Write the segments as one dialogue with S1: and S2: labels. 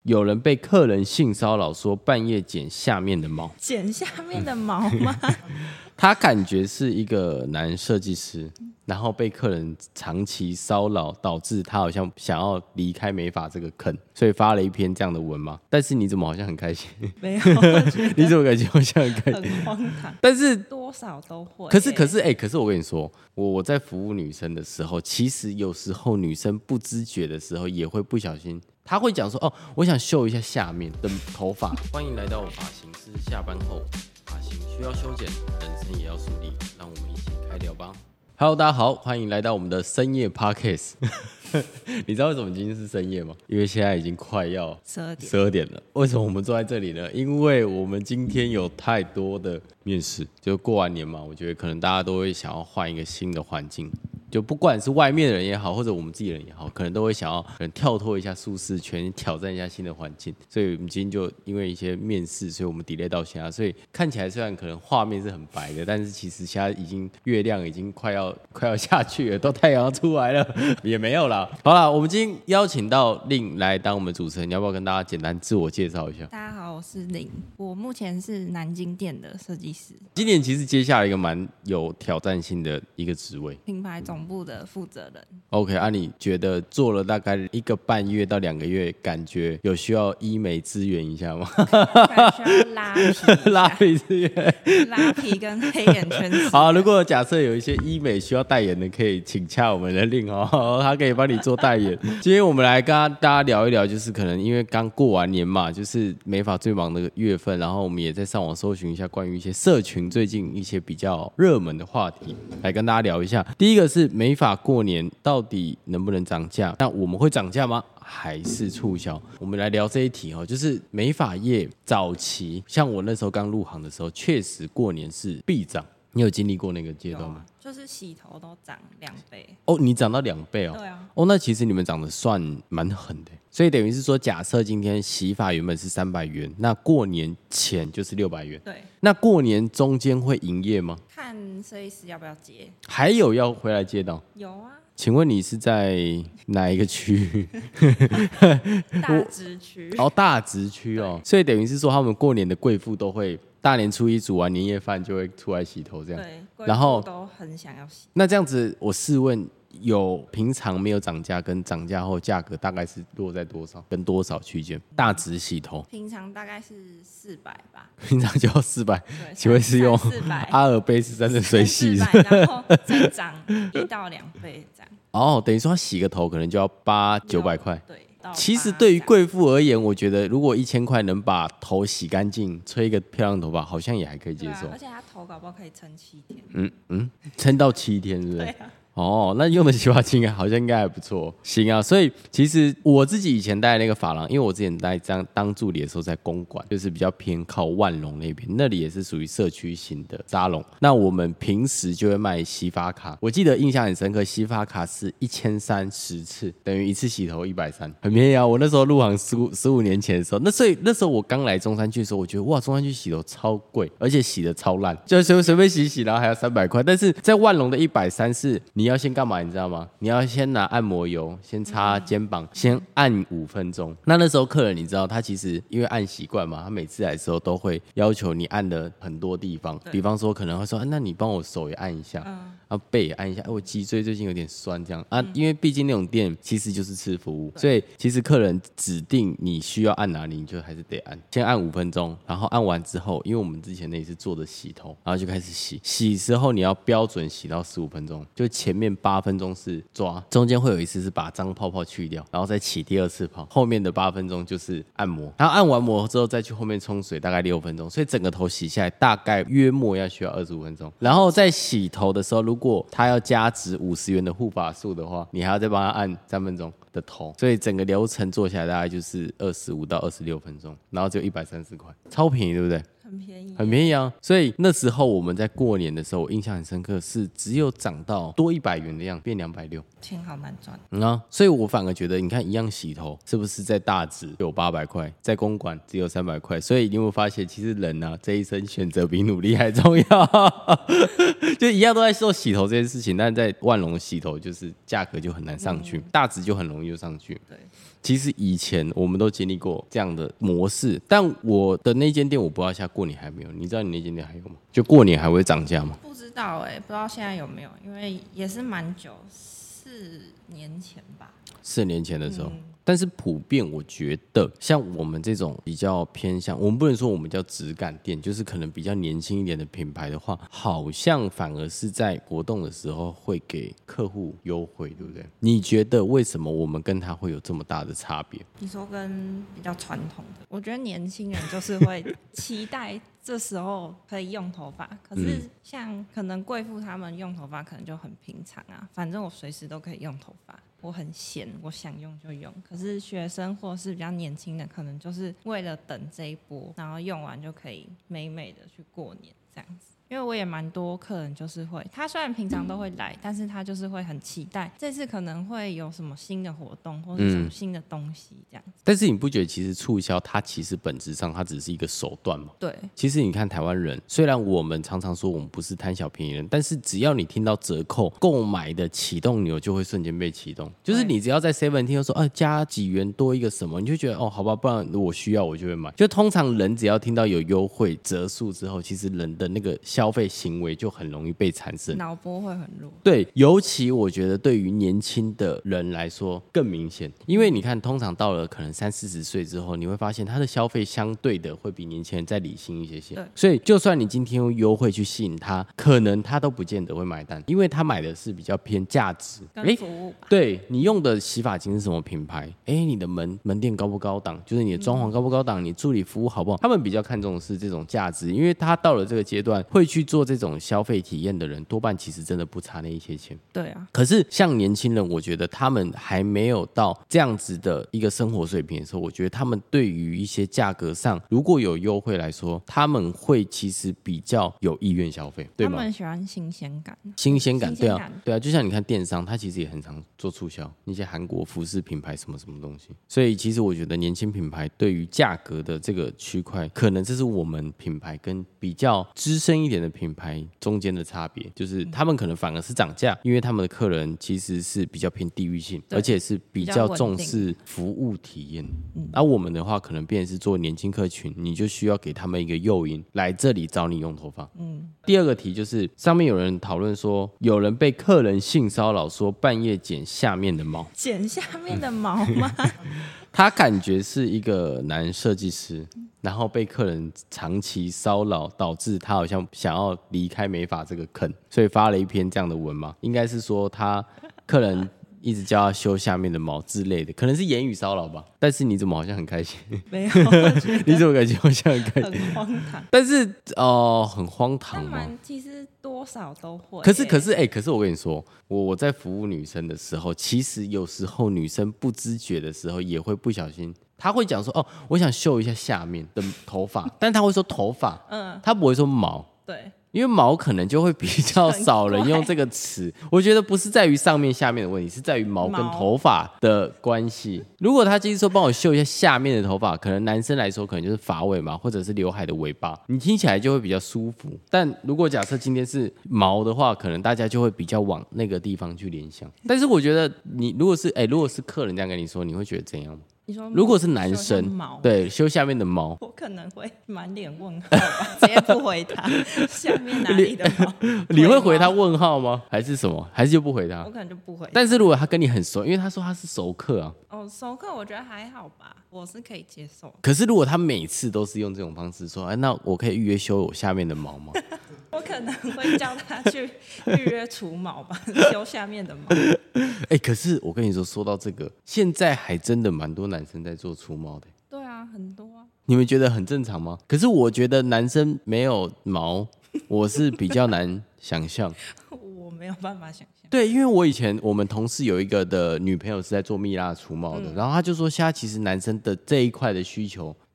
S1: 有人被客人性骚扰，说半夜剪下面的毛。
S2: 剪下面的毛吗？
S1: 他感觉是一个男设计师，然后被客人长期骚扰，导致他好像想要离开美发这个坑，所以发了一篇这样的文嘛。但是你怎么好像很开心？
S2: 没有，
S1: 你怎么感觉好像很开心？
S2: 很荒唐。
S1: 但是
S2: 多少都会。
S1: 可是我跟你说，我在服务女生的时候，其实有时候女生不知觉的时候，也会不小心。她会讲说：“哦，我想秀一下下面的头发。”欢迎来到我发型师下班后，发型需要修剪，人生也要梳理，让我们一起开聊吧。Hello， 大家好，欢迎来到我们的深夜 Podcast。你知道为什么今天是深夜吗？因为现在已经快要12点了。为什么我们坐在这里呢？因为我们今天有太多的面试，就过完年嘛，我觉得可能大家都会想要换一个新的环境。就不管是外面的人也好，或者我们自己人也好，可能都会想要跳脱一下舒适圈，挑战一下新的环境。所以我们今天就因为一些面试，所以我们 delay 到现在。所以看起来虽然可能画面是很白的，但是其实现在已经月亮已经快要下去了，都太阳要出来了，也没有啦。好啦，我们今天邀请到令来当我们主持人，你要不要跟大家简单自我介绍一下？
S2: 大家好，我是令，我目前是南京店的设计师。
S1: 今年其实接下来一个蛮有挑战性的一个职位，
S2: 品牌总部的负责人。
S1: OK， 你觉得做了大概1个半月到2个月，感觉有需要医美支援一下吗？
S2: 需要拉皮，
S1: 拉皮支援，
S2: 拉皮跟黑眼圈。
S1: 好，如果假设有一些医美需要代言的，可以请洽我们的令哦，他可以帮你做代言。今天我们来跟大家聊一聊，就是可能因为刚过完年嘛，就是美发最忙的月份，然后我们也在上网搜寻一下关于一些社群最近一些比较热门的话题，来跟大家聊一下。第一个是美发过年到底能不能涨价？那我们会涨价吗？还是促销？我们来聊这一题哦，就是美发业早期，像我那时候刚入行的时候，确实过年是必涨。你有经历过那个阶段吗？
S2: 就是洗头都涨2倍
S1: 哦，你涨到2倍哦。
S2: 对啊。
S1: 哦，那其实你们涨得算蛮狠的，所以等于是说，假设今天洗发原本是300元，那过年前就是600元。
S2: 对。
S1: 那过年中间会营业吗？
S2: 看设计师要不要接。
S1: 还有要回来接到？
S2: 有啊。请
S1: 问你是在哪一个区域？
S2: 大直区。
S1: 哦，大直区哦，所以等于是说，他们过年的贵妇都会大年初一煮完年夜饭就会出来洗头，这样。
S2: 对，
S1: 然后
S2: 都很想要洗。
S1: 那这样子，我试问，有平常没有涨价跟涨价后价格大概是落在多少，跟多少区间？大直洗头
S2: 平常大概是400吧，
S1: 平常就要400，请问是用阿尔卑斯山的水洗，
S2: 然后再涨1到2倍这样。
S1: 哦，等于说他洗个头可能就要800-900块。
S2: 对。
S1: 其实对于贵妇而言，我觉得如果1000块能把头洗干净，吹一个漂亮头发，好像也还可以接受。
S2: 而且他头搞不好可以撑7天。
S1: 撑到7天是不是？
S2: 对啊。
S1: 哦，那用的洗发精好像应该还不错。行啊，所以其实我自己以前待的那个发廊，因为我之前待当助理的时候在公馆，就是比较偏靠万隆那边，那里也是属于社区型的沙龙。那我们平时就会卖洗发卡，我记得印象很深刻，洗发卡是1310次，等于一次洗头130，很便宜啊。我那时候入行15年前的时候，所以那时候我刚来中山区的时候，我觉得哇，中山区洗头超贵，而且洗的超烂，就随便洗洗，然后还要300块。但是在万隆的130是你要先干嘛你知道吗？你要先拿按摩油先擦肩膀，先按5分钟。那时候客人你知道他其实因为按习惯嘛，他每次来的时候都会要求你按的很多地方，比方说可能会说那你帮我手也按一下，背也按一下，我脊椎最近有点酸这样啊。因为毕竟那种店其实就是吃服务，所以其实客人指定你需要按哪里，你就还是得按，先按5分钟，然后按完之后，因为我们之前那里是坐着洗头，然后就开始洗时候你要标准洗到15分钟，就前面8分钟是抓，中间会有一次是把脏泡泡去掉，然后再起第2次泡，后面的8分钟就是按摩，然后按完摩之后再去后面冲水，大概6分钟，所以整个头洗下来大概约莫要需要25分钟。然后在洗头的时候，如果他要加值50元的护发素的话，你还要再帮他按3分钟的头，所以整个流程做下来大概就是25到26分钟，然后只有130块，超便宜，对不对？
S2: 很很便宜，
S1: 很便宜啊。所以那时候我们在过年的时候，我印象很深刻，是只有涨到多100元的样，变260。
S2: 钱好难赚。
S1: 所以我反而觉得，你看一样洗头，是不是在大直有800块，在公馆只有300块？所以你有没有发现，其实人啊这一生选择比努力还重要。就一样都在做洗头这件事情，但在万隆洗头就是价格就很难上去，大直就很容易就上去。
S2: 对。
S1: 其实以前我们都经历过这样的模式，但我的那间店我不知道现在过年还没有，你知道你那间店还有吗？就过年还会涨价吗？
S2: 不知道不知道现在有没有，因为也是蛮久，4年前吧。
S1: 4年前的时候。但是普遍我觉得，像我们这种比较偏向，我们不能说我们叫质感店，就是可能比较年轻一点的品牌的话，好像反而是在活动的时候会给客户优惠，对不对？你觉得为什么我们跟他会有这么大的差别？
S2: 你说跟比较传统的，我觉得年轻人就是会期待这时候可以用头发，可是像可能贵妇他们用头发可能就很平常啊，反正我随时都可以用头发。我很闲，我想用就用。可是学生或是比较年轻的，可能就是为了等这一波，然后用完就可以美美的去过年这样子。因为我也蛮多客人就是会，他虽然平常都会来，但是他就是会很期待这次可能会有什么新的活动或者什么新的东西这样子。
S1: 但是你不觉得其实促销它其实本质上它只是一个手段吗？
S2: 对，
S1: 其实你看台湾人，虽然我们常常说我们不是贪小便宜人，但是只要你听到折扣，购买的启动钮就会瞬间被启动。就是你只要在 7 听到说加几元多一个什么，你就觉得好吧，不然如果需要我就会买。就通常人只要听到有优惠折数之后，其实人的那个消费行为就很容易被产生，
S2: 脑波会很弱。
S1: 对，尤其我觉得对于年轻的人来说更明显，因为你看，通常到了可能30-40岁之后，你会发现他的消费相对的会比年轻人再理性一些些。所以就算你今天用优惠去吸引他，可能他都不见得会买单，因为他买的是比较偏价值
S2: 跟服务吧。
S1: 对，你用的洗发精是什么品牌？你的门店高不高档？就是你的装潢高不高档？你助理服务好不好？他们比较看重的是这种价值，因为他到了这个阶段会去做这种消费体验的人，多半其实真的不差那一些钱。
S2: 对啊。
S1: 可是像年轻人，我觉得他们还没有到这样子的一个生活水平的时候，我觉得他们对于一些价格上如果有优惠来说，他们会其实比较有意愿消费，对吗？
S2: 他们喜欢新鲜感。
S1: 新鲜感，对啊，就像你看电商，它其实也很常做促销，那些韩国服饰品牌什么什么东西。所以其实我觉得年轻品牌对于价格的这个区块，可能这是我们品牌跟比较资深一点的品牌中间的差别，就是他们可能反而是涨价，因为他们的客人其实是比较偏地域性，而且是比较重视服务体验。而我们的话，可能变成是做年轻客群，你就需要给他们一个诱因，来这里找你用头发。第二个题就是上面有人讨论说，有人被客人性骚扰，说半夜剪下面的毛，
S2: 剪下面的毛吗？
S1: 他感觉是一个男设计师，然后被客人长期骚扰，导致他好像想要离开美发这个坑，所以发了一篇这样的文嘛。应该是说他客人一直叫他修下面的毛之类的，可能是言语骚扰吧。但是你怎么好像很开心？
S2: 没有，
S1: 你怎么感觉好像很开心？
S2: 很荒唐。
S1: 但是很荒唐吗？
S2: 其实多少都会。
S1: 可是我跟你说，我在服务女生的时候，其实有时候女生不知觉的时候，也会不小心。他会讲说我想秀一下下面的头发，但他会说头发，他不会说毛。
S2: 对。
S1: 因为毛可能就会比较少人用这个词，我觉得不是在于上面下面的问题，是在于毛跟头发的关系。如果他今天说帮我秀一下下面的头发，可能男生来说可能就是发尾嘛，或者是刘海的尾巴，你听起来就会比较舒服。但如果假设今天是毛的话，可能大家就会比较往那个地方去联想。但是我觉得你如果是客人这样跟你说，你会觉得怎样吗？如果是男生，对，修下面的毛，
S2: 我可能会满脸问号吧，直接不回他。下面哪里的毛？
S1: 你会回他问号吗？还是什么？还是就不回他？
S2: 我可能就不回他。
S1: 但是如果他跟你很熟，因为他说他是熟客啊。
S2: 熟客我觉得还好吧，我是可以接受。
S1: 可是如果他每次都是用这种方式说，那我可以预约修我下面的毛吗？
S2: 我可能会叫他去预约除毛吧，修下面的毛。
S1: 可是我跟你说到这个，现在还真的蛮多男生在做除毛的。
S2: 对啊，很多啊。
S1: 你们觉得很正常吗？可是我觉得男生没有毛，我是比较难想象。
S2: 我没有办法想象。
S1: 对，因为我们同事有一个的女朋友是在做蜜蜡除毛的，然后他就说现在其实男生的这一块的需求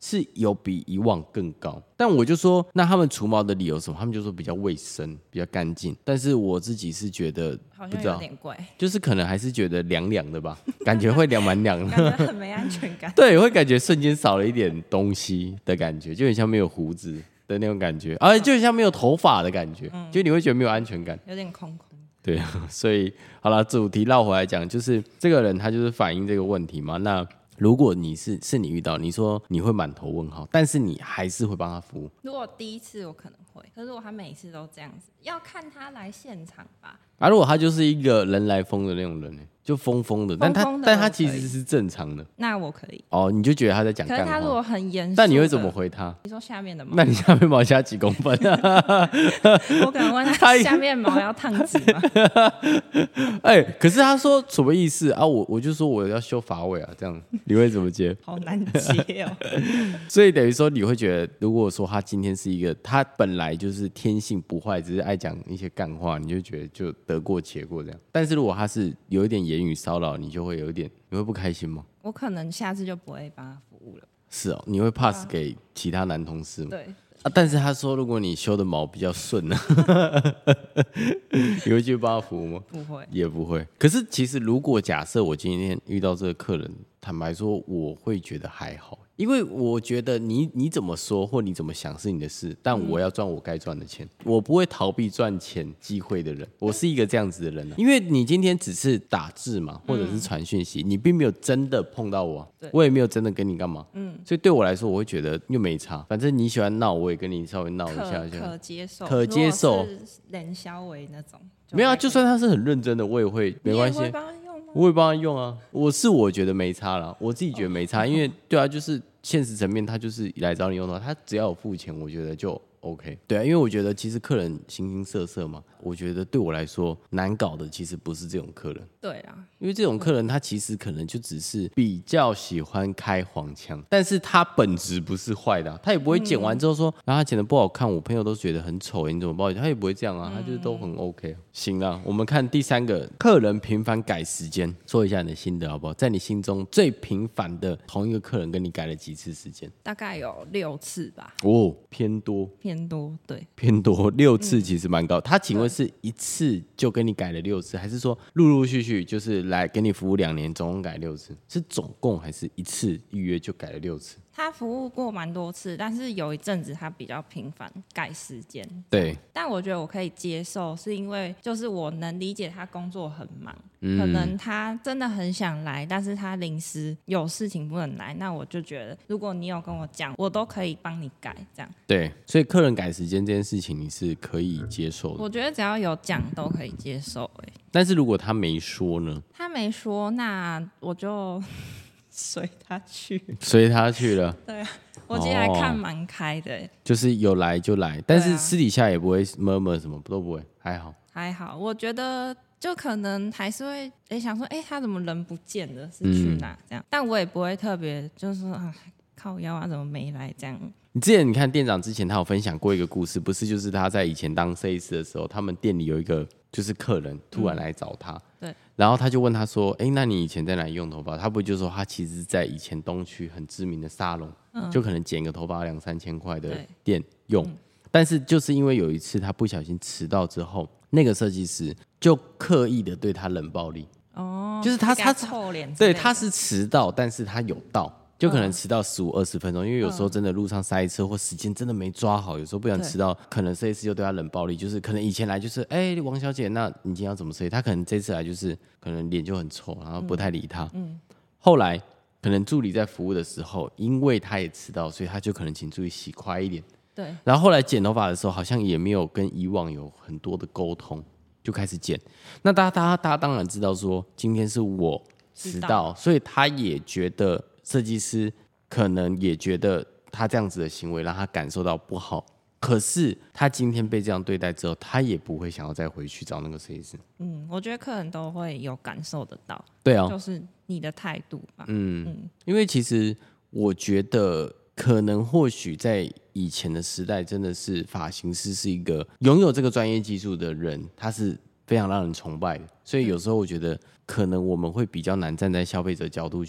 S1: 是有比以往更高。但我就说，那他们除毛的理由是什么？他们就说比较卫生，比较干净。但是我自己是觉得
S2: 好像有点贵，
S1: 就是可能还是觉得凉凉的吧，感觉会蛮凉的，
S2: 感觉很没安全感。
S1: 对，会感觉瞬间少了一点东西的感觉，就很像没有胡子的那种感觉，而且就很像没有头发的感觉，就你会觉得没有安全感，
S2: 有点空空。
S1: 对，所以好了，主题绕回来讲，就是这个人他就是反映这个问题嘛。那如果你是你遇到，你说你会满头问号，但是你还是会帮他服务。
S2: 如果第一次我可能会，可是我他每次都这样子，要看他来现场吧。
S1: 啊，如果他就是一个人来疯的那种人呢，就疯疯的，但他其实是正常的，
S2: 那我可以。
S1: 哦，你就觉得他在讲干话。
S2: 可是他如果很严肃，
S1: 但你会怎么回他？
S2: 你说下面的毛？
S1: 那你下面毛加几公分？
S2: 我可能问他下面毛要烫直吗？
S1: 哎、可是他说什么意思啊？我就说我要修发尾啊，这样你会怎么接？
S2: 好难接哦。
S1: 所以等于说你会觉得，如果说他今天是一个他本来就是天性不坏，只是爱讲一些干话，你就觉得就得过且过这样。但是如果他是有一点言语骚扰，你就会有一点，你会不开心吗？
S2: 我可能下次就不会帮他服务了。
S1: 是哦，你会 pass 给其他男同事吗？
S2: 对。
S1: 啊，但是他说，如果你修的毛比较顺呢，你会去帮他服务吗？
S2: 不会，
S1: 也不会。可是其实，如果假设我今天遇到这个客人，坦白说，我会觉得还好，因为我觉得你怎么说或你怎么想是你的事，但我要赚我该赚的钱，我不会逃避赚钱机会的人，我是一个这样子的人啊。因为你今天只是打字嘛，或者是传讯息，你并没有真的碰到我，我也没有真的跟你干嘛，所以对我来说，我会觉得又没差，反正你喜欢闹，我也跟你稍微闹一下，
S2: 可接受，
S1: 可接受，
S2: 冷消维那种，
S1: 没有啊，就算他是很认真的，我也会没关系。我会帮他用啊，我觉得没差啦，我自己觉得没差，因为对啊，就是现实层面，他就是来找你用的话，他只要有付钱，我觉得就 OK。对啊，因为我觉得其实客人形形色色嘛，我觉得对我来说难搞的其实不是这种客人。
S2: 对啊，
S1: 因为这种客人他其实可能就只是比较喜欢开黄腔，但是他本质不是坏的啊，他也不会剪完之后说，然后他剪的不好看，我朋友都觉得很丑，你怎么不好剪？他也不会这样啊，他就是都很 OK。行了，我们看第三个，客人频繁改时间，说一下你的心得好不好？在你心中最频繁的同一个客人跟你改了几次时间？
S2: 大概有6次吧。
S1: 哦，偏多，
S2: 对，
S1: 偏多，6次其实蛮高。他请问是一次就跟你改了6次，还是说陆陆续续就是来给你服务2年，总共改6次？是总共还是一次预约就改了6次？
S2: 他服务过蛮多次，但是有一阵子他比较频繁改时间。
S1: 对，
S2: 但我觉得我可以接受，是因为就是我能理解他工作很忙，可能他真的很想来，但是他临时有事情不能来，那我就觉得如果你有跟我讲，我都可以帮你改这样。
S1: 对，所以客人改时间这件事情你是可以接受的。
S2: 我觉得只要有讲都可以接受。
S1: 但是如果他没说呢？
S2: 他没说，那我就随他去，
S1: 随他去了。
S2: 对啊，我今天还看蛮开的，
S1: 就是有来就来，但是私底下也不会murmur什么，都不会，还好。
S2: 我觉得就可能还是会想说，他怎么人不见了，是去哪这样？但我也不会特别就是说靠腰啊，怎么没来这样。
S1: 你之前你看店长之前他有分享过一个故事，不是就是他在以前当设计师的时候，他们店里有一个就是客人突然来找他，
S2: 对，
S1: 然后他就问他说，那你以前在哪里用头发？他不就说他其实在以前东区很知名的沙龙，就可能剪个头发2-3千块的店用，但是就是因为有一次他不小心迟到之后，那个设计师就刻意的对他冷暴力，就是他
S2: 臭脸，
S1: 对，他是迟到，但是他有到。就可能迟到15-20分钟，因为有时候真的路上塞车或时间真的没抓好，有时候不想迟到，可能设计师就对他冷暴力，就是可能以前来就是王小姐，那你今天要怎么设计？他可能这次来就是可能脸就很臭，然后不太理他。后来可能助理在服务的时候，因为他也迟到，所以他就可能请助理洗快一点。
S2: 对。
S1: 然后后来剪头发的时候，好像也没有跟以往有很多的沟通，就开始剪。那大家当然知道说今天是我迟到，所以他也觉得。设计师可能也觉得他这样子的行为让他感受到不好，可是他今天被这样对待之后，他也不会想要再回去找那个设计师。
S2: 我觉得客人都会有感受得到，
S1: 对啊，
S2: 就是你的态度吧。
S1: 因为其实我觉得可能或许在以前的时代，真的是发型师是一个拥有这个专业技术的人，他是非常让人崇拜的，所以有时候我觉得可能我们会比较难站在消费者角度去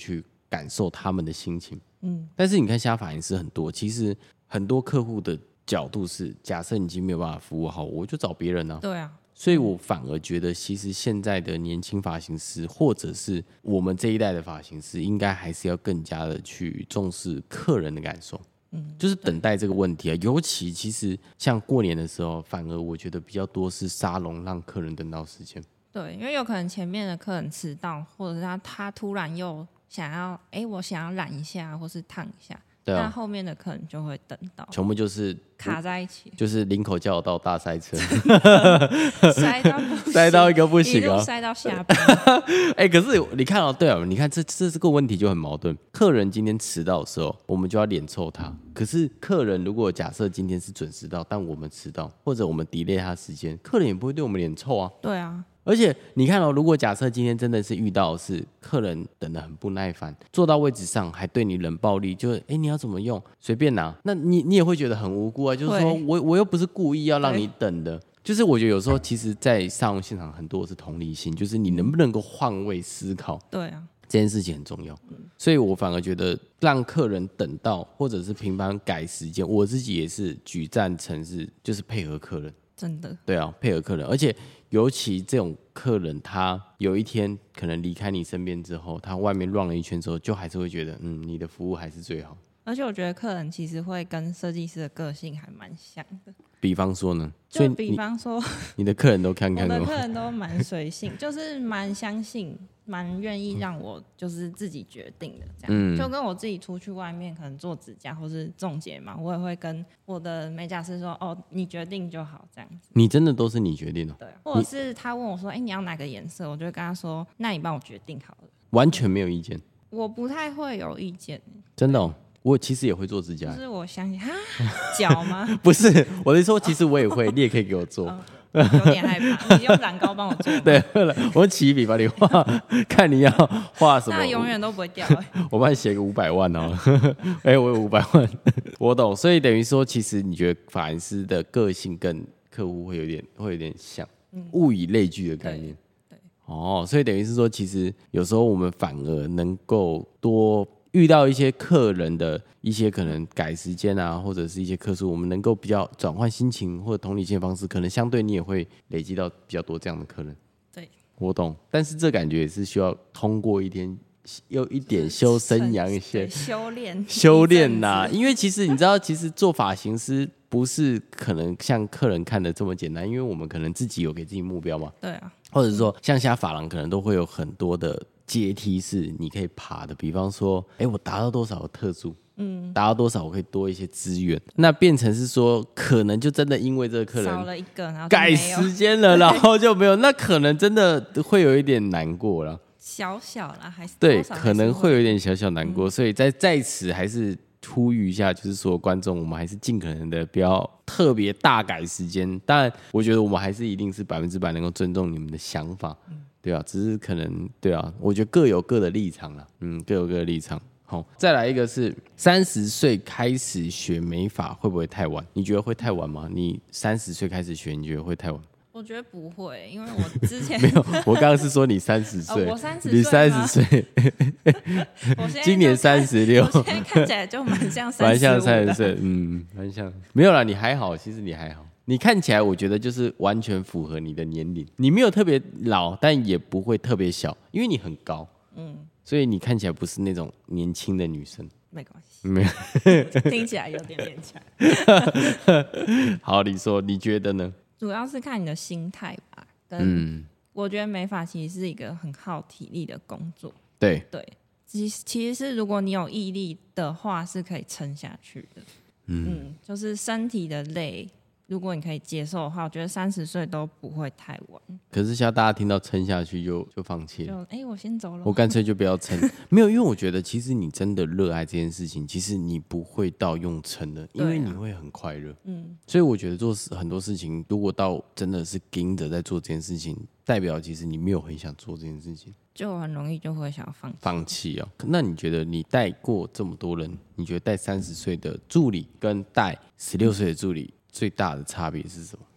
S1: 感受他们的心情。但是你看现在发型师很多，其实很多客户的角度是，假设你已经没有办法服务好，我就找别人啊。
S2: 对啊，
S1: 所以我反而觉得，其实现在的年轻发型师，或者是我们这一代的发型师，应该还是要更加的去重视客人的感受。就是等待这个问题啊，尤其其实像过年的时候，反而我觉得比较多是沙龙让客人等到时间。
S2: 对，因为有可能前面的客人迟到，或者是他突然又想要，我想要染一下，或是烫一下，
S1: 对啊，
S2: 那后面的客人就会等到，
S1: 全部就是
S2: 卡在一起，
S1: 就是林口交流道大塞车，
S2: 塞到不行
S1: 塞到一个不行
S2: 一路
S1: 啊！
S2: 塞到下班。
S1: 可是你看哦，对啊，你看这个问题就很矛盾。客人今天迟到的时候，我们就要脸臭他；可是客人如果假设今天是准时到，但我们迟到，或者我们 delay 他时间，客人也不会对我们脸臭啊。
S2: 对啊，
S1: 而且你看哦，如果假设今天真的是遇到的是客人等得很不耐烦，坐到位置上还对你冷暴力，就是你要怎么用随便拿，那你也会觉得很无辜啊，就是说我又不是故意要让你等的。就是我觉得有时候其实，在沙龙现场很多是同理心，就是你能不能够换位思考，
S2: 对啊，
S1: 这件事情很重要。所以我反而觉得让客人等到，或者是频繁改时间，我自己也是举赞成是就是配合客人。
S2: 真的，
S1: 对啊，配合客人，而且尤其这种客人，他有一天可能离开你身边之后，他外面乱了一圈之后，就还是会觉得，你的服务还是最好。
S2: 而且我觉得客人其实会跟设计师的个性还蛮像的。
S1: 比方说呢，所以
S2: 就比方说，
S1: 你的客人都看看
S2: 我
S1: 吗？
S2: 的客人都蛮随性，就是蛮相信、蛮愿意让我就是自己决定的这样。就跟我自己出去外面可能做指甲或是种睫毛，我也会跟我的美甲师说：“哦，你决定就好。”这样子。
S1: 你真的都是你决定的？
S2: 对，或者是他问我说：“你要哪个颜色？”我就会跟他说：“那你帮我决定好了。”
S1: 完全没有意见。
S2: 我不太会有意见，
S1: 真的哦。我其实也会做指甲，
S2: 就是我相信脚吗？
S1: 不是，我是说，其实我也会，你也可以给我做。
S2: 有点害怕，你用染膏帮我做吗？
S1: 对，我起一笔帮你画，看你要画什么。
S2: 那永远都不会掉
S1: 我帮你写个500万哦。我有500万，我懂。所以等于说，其实你觉得发型师的个性跟客户会有点像，物以类聚的概念。
S2: 对。
S1: 所以等于是说，其实有时候我们反而能够多遇到一些客人的一些可能改时间啊，或者是一些客诉，我们能够比较转换心情或者同理心的方式，可能相对你也会累积到比较多这样的客人。
S2: 对，
S1: 我懂，但是这感觉也是需要通过一点修身养性、修炼呐。因为其实你知道，其实做发型师不是可能像客人看的这么简单，因为我们可能自己有给自己目标嘛。
S2: 对啊，
S1: 或者说像现在发廊可能都会有很多的阶梯是你可以爬的，比方说，我达到多少个特助，达到多少我可以多一些资源，那变成是说，可能就真的因为这个客人
S2: 少了一个，然后
S1: 改时间了，然后就没有，那可能真的会有一点难过了，
S2: 小啦，还是
S1: 对，可能会有一点小难过，所以在此还是呼吁一下，就是说观众，我们还是尽可能的不要特别大改时间，当然，我觉得我们还是一定是100%能够尊重你们的想法。对啊，只是可能对啊，我觉得各有各的立场啦，各有各的立场。好，再来一个是30岁开始学美发会不会太晚？你觉得会太晚吗？你30岁开始学，你觉得会太晚？
S2: 我觉得不会，因为我之前
S1: 没有，我刚刚是说你30岁，
S2: 我30岁，
S1: 你30岁，
S2: 我现在
S1: 今年36，
S2: 我现在看起来就蛮像
S1: 30岁，蛮像，没有啦，你还好，其实你还好。你看起来，我觉得就是完全符合你的年龄，你没有特别老，但也不会特别小，因为你很高，所以你看起来不是那种年轻的女生。
S2: 没关系，
S1: 没有，
S2: 听起来有点勉强。
S1: 好，你说，你觉得呢？
S2: 主要是看你的心态吧，跟我觉得美发其实是一个很耗体力的工作。
S1: 对，
S2: 其实是如果你有毅力的话，是可以撑下去的。就是身体的累，如果你可以接受的话，我觉得30岁都不会太晚。
S1: 可是现在大家听到撑下去就放弃了，
S2: 我先走了，
S1: 我干脆就不要撑。没有，因为我觉得其实你真的热爱这件事情，其实你不会到用撑的，因为你会很快乐。所以我觉得做很多事情，如果到真的是盯着在做这件事情，代表其实你没有很想做这件事情，
S2: 就很容易就会想要
S1: 放弃啊。那你觉得你带过这么多人，你觉得带30岁的助理跟带16岁的助理最大的差别是什么？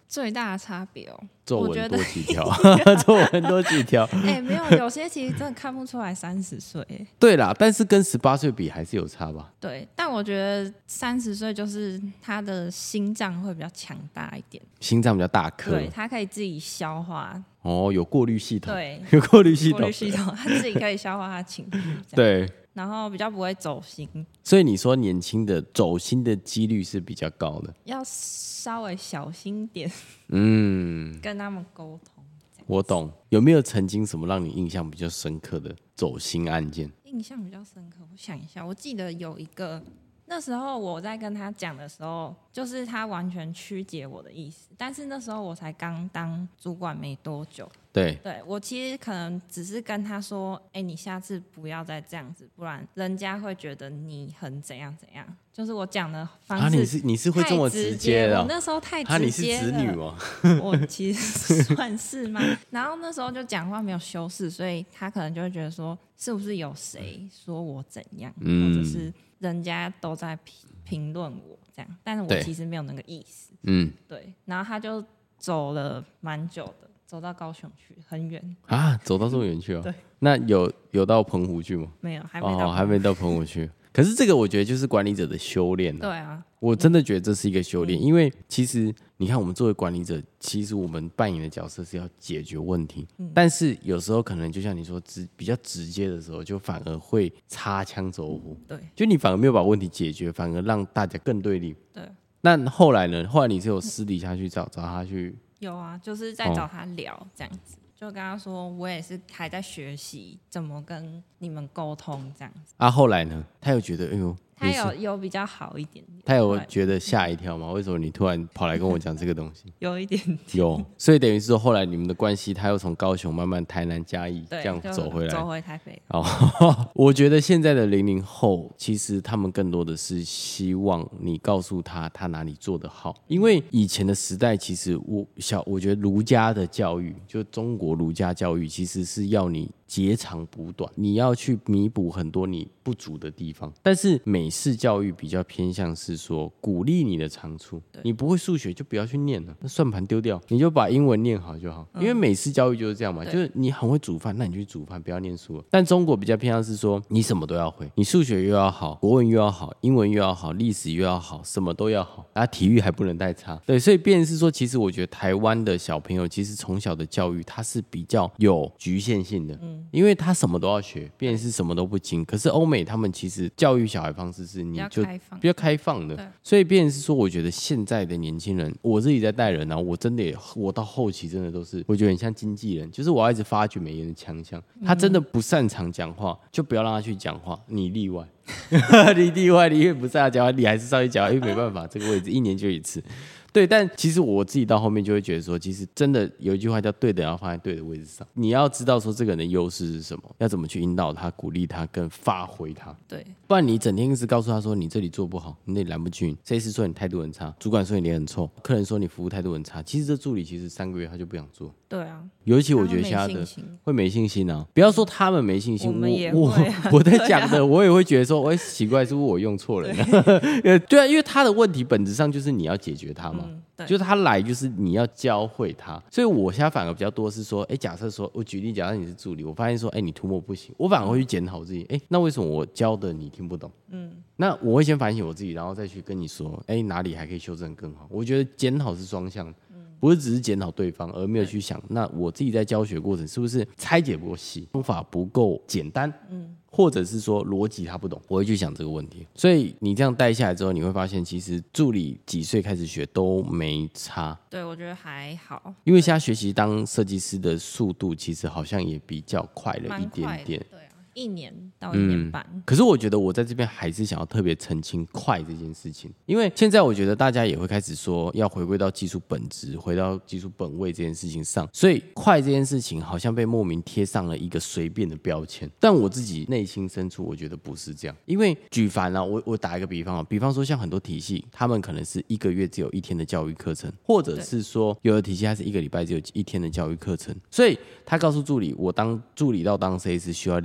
S2: 最大的差别哦，
S1: 皱
S2: 我觉得
S1: 纹多几条，皱纹多几条。
S2: 没有，有些其实真的看不出来30岁。
S1: 对啦，但是跟18岁比还是有差吧？
S2: 对，但我觉得30岁就是他的心脏会比较强大一点，
S1: 心脏比较大颗，
S2: 对，他可以自己消化，
S1: 哦，有过滤系统，
S2: 对，
S1: 有过滤系统，
S2: 过滤系统，他自己可以消化他情绪，
S1: 对。
S2: 然后比较不会走心，
S1: 所以你说年轻的走心的几率是比较高的，
S2: 要稍微小心点，跟他们沟通。
S1: 我懂。有没有曾经什么让你印象比较深刻的走心案件？
S2: 印象比较深刻，我想一下，我记得有一个，那时候我在跟他讲的时候，就是他完全曲解我的意思，但是那时候我才刚当主管没多久。
S1: 对，
S2: 我其实可能只是跟他说，你下次不要再这样子，不然人家会觉得你很怎样怎样。就是我讲的方式，
S1: 你是会这么直接的？
S2: 我那时候太直接了。
S1: 你是子女吗？
S2: 我其实算是嘛。然后那时候就讲话没有修饰，所以他可能就会觉得说，是不是有谁说我怎样，或者是人家都在评论我这样，但是我其实没有那个意思。对。然后他就走了蛮久的。走到高雄去，很远
S1: 啊！走到这么远去哦。
S2: 对，
S1: 那有到澎湖去吗？
S2: 没有，还
S1: 没到澎湖去。可是这个我觉得就是管理者的修炼。
S2: 对啊，
S1: 我真的觉得这是一个修炼，因为其实你看，我们作为管理者，其实我们扮演的角色是要解决问题，但是有时候可能就像你说，比较直接的时候，就反而会擦枪走火。
S2: 对，
S1: 就你反而没有把问题解决，反而让大家更对立。
S2: 对。
S1: 那后来呢？后来你是有私底下去找他去？
S2: 有啊，就是在找他聊这样子，就跟他说我也是还在学习怎么跟你们沟通这样子。
S1: 啊，后来呢？他有觉得，哎呦，
S2: 他有比较好一点点。
S1: 他有觉得吓一跳吗？为什么你突然跑来跟我讲这个东西？
S2: 有一点点。
S1: 有，所以等于是说，后来你们的关系，他又从高雄慢慢台南嘉义这样走回来，
S2: 走回台北。
S1: 哦，我觉得现在的00后，其实他们更多的是希望你告诉他哪里做得好，因为以前的时代，其实我觉得儒家的教育，就中国儒家教育，其实是要你截长补短，你要去弥补很多你不足的地方。但是美式教育比较偏向是说鼓励你的长处，你不会数学就不要去念了，那算盘丢掉，你就把英文念好就好。因为美式教育就是这样嘛，就是你很会煮饭，那你去煮饭，不要念书了。但中国比较偏向是说你什么都要会，你数学又要好，国文又要好，英文又要好，历史又要好，什么都要好，然后体育还不能太差。对，所以变成是说，其实我觉得台湾的小朋友其实从小的教育它是比较有局限性的，因为他什么都要学，变成是什么都不精。可是欧美他们其实教育小孩方式是你就比较开放的，所以变成是说，我觉得现在的年轻人，我自己在带人啊，我真的我到后期真的都是，我觉得很像经纪人，就是我要一直发掘每个人的强项。他真的不擅长讲话，就不要让他去讲话，你例外。你例外，你越不擅长讲话，你还是上去讲话，因为没办法，这个位置1年就一次。对，但其实我自己到后面就会觉得说，其实真的有一句话叫对的人要放在对的位置上，你要知道说这个人的优势是什么，要怎么去引导他、鼓励他跟发挥他。
S2: 对，
S1: 不然你整天一直告诉他说你这里做不好，你那里拦不均，设计师说你态度很差，主管说你脸很臭，客人说你服务态度很差，其实这助理其实3个月他就不想做。
S2: 对啊，
S1: 尤其我觉得现在的会没信心啊，不要说他们没信心，
S2: 我们也会啊，
S1: 我在讲的，我也会觉得说，奇怪，是不是我用错人了？对啊，因为他的问题本质上就是你要解决他嘛。就是他来，就是你要教会他，所以我现在反而比较多是说，假设说我举例，假设你是助理，我发现说，你涂抹不行，我反而会去检讨自己，那为什么我教的你听不懂？那我会先反省我自己，然后再去跟你说，哪里还可以修正更好。我觉得检讨是双向的，不是只是检讨对方，而没有去想，那我自己在教学过程是不是拆解不够细，方法不够简单？或者是说逻辑他不懂，我会去想这个问题。所以你这样带下来之后，你会发现其实助理几岁开始学都没差。
S2: 对，我觉得还好，
S1: 因为现在学习当设计师的速度其实好像也比较快了一点点。
S2: 对啊，1年到1年半。
S1: 可是我觉得我在这边还是想要特别澄清快这件事情，因为现在我觉得大家也会开始说要回归到技术本质，回到技术本位这件事情上，所以快这件事情好像被莫名贴上了一个随便的标签。但我自己内心深处我觉得不是这样，因为举凡啊，我打一个比方啊，比方说像很多体系，他们可能是1个月只有1天的教育课程，或者是说有的体系它是1个礼拜只有1天的教育课程，所以他告诉助理，我当助理到当设计师需要2年的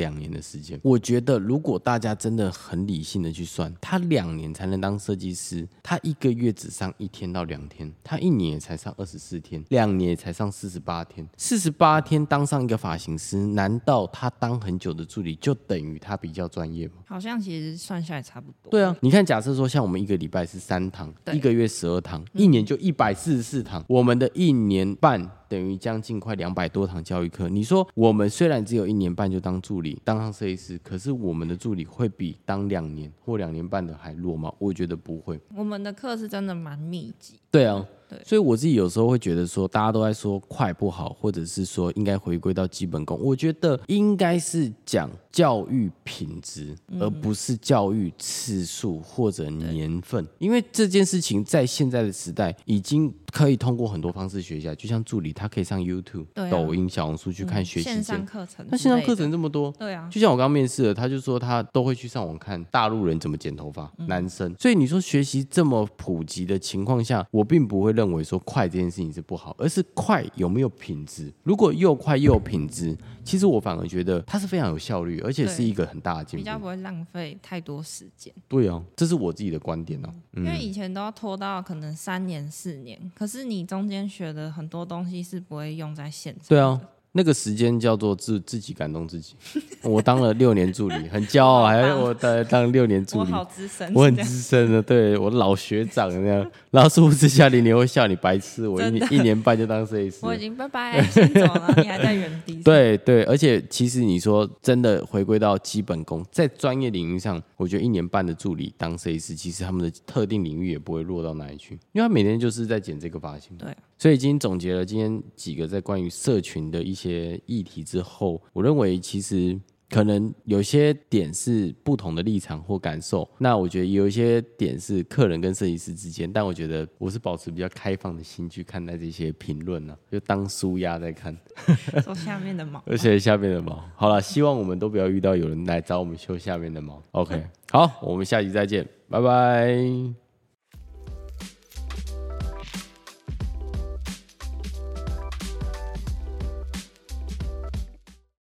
S1: 时间。我觉得如果大家真的很理性的去算，他2年才能当设计师，他1个月只上1天到2天，他1年也才上24天，2年也才上48天，48天当上一个发型师，难道他当很久的助理就等于他比较专业吗？
S2: 好像其实算下来差不多。
S1: 对啊，你看，假设说像我们1个礼拜是3堂，1个月12堂，1年就144堂，我们的1年半等于将近快200多堂教育课。你说我们虽然只有1年半就当助理，当上设计师，可是我们的助理会比当2年或2年半的还弱吗？我觉得不会。
S2: 我们的课是真的蛮密集。
S1: 对啊。
S2: 对，
S1: 所以我自己有时候会觉得说，大家都在说快不好，或者是说应该回归到基本功。我觉得应该是讲教育品质，而不是教育次数或者年份。因为这件事情在现在的时代已经可以通过很多方式学习来，就像助理，他可以上 YouTube、抖音、小红书去看学习
S2: 线上课程。
S1: 那线上课程这么多，
S2: 对啊，
S1: 就像我刚面试的，他就说他都会去上网看大陆人怎么剪头发，男生。所以你说学习这么普及的情况下，我并不会认为说快这件事情是不好，而是快有没有品质。如果又快又有品质，其实我反而觉得它是非常有效率，而且是一个很大的进步，
S2: 比较不会浪费太多时间。
S1: 对啊，这是我自己的观点啊。
S2: 因为以前都要拖到可能3年4年，可是你中间学的很多东西是不会用在现场的。
S1: 对啊。那个时间叫做自己感动自己。我当了6年助理，很骄傲，还我当6年助理，
S2: 我好资深，
S1: 我很资深的，对我老学长那样。然后殊不知下0年会笑你白痴，我1年半就当设计师，
S2: 我已经拜拜先走了，你还在原地。
S1: 对对，而且其实你说真的回归到基本功，在专业领域上，我觉得1年半的助理当设计师，其实他们的特定领域也不会弱到哪里去，因为他每天就是在剪这个发型。
S2: 对。
S1: 所以已经总结了今天几个在关于社群的一些议题之后，我认为其实可能有些点是不同的立场或感受，那我觉得有一些点是客人跟设计师之间，但我觉得我是保持比较开放的心去看待这些评论啊，就当书鸭在看，
S2: 说下面的毛，
S1: 而且下面的毛。好了，希望我们都不要遇到有人来找我们修下面的毛。OK， 好，我们下集再见，拜拜。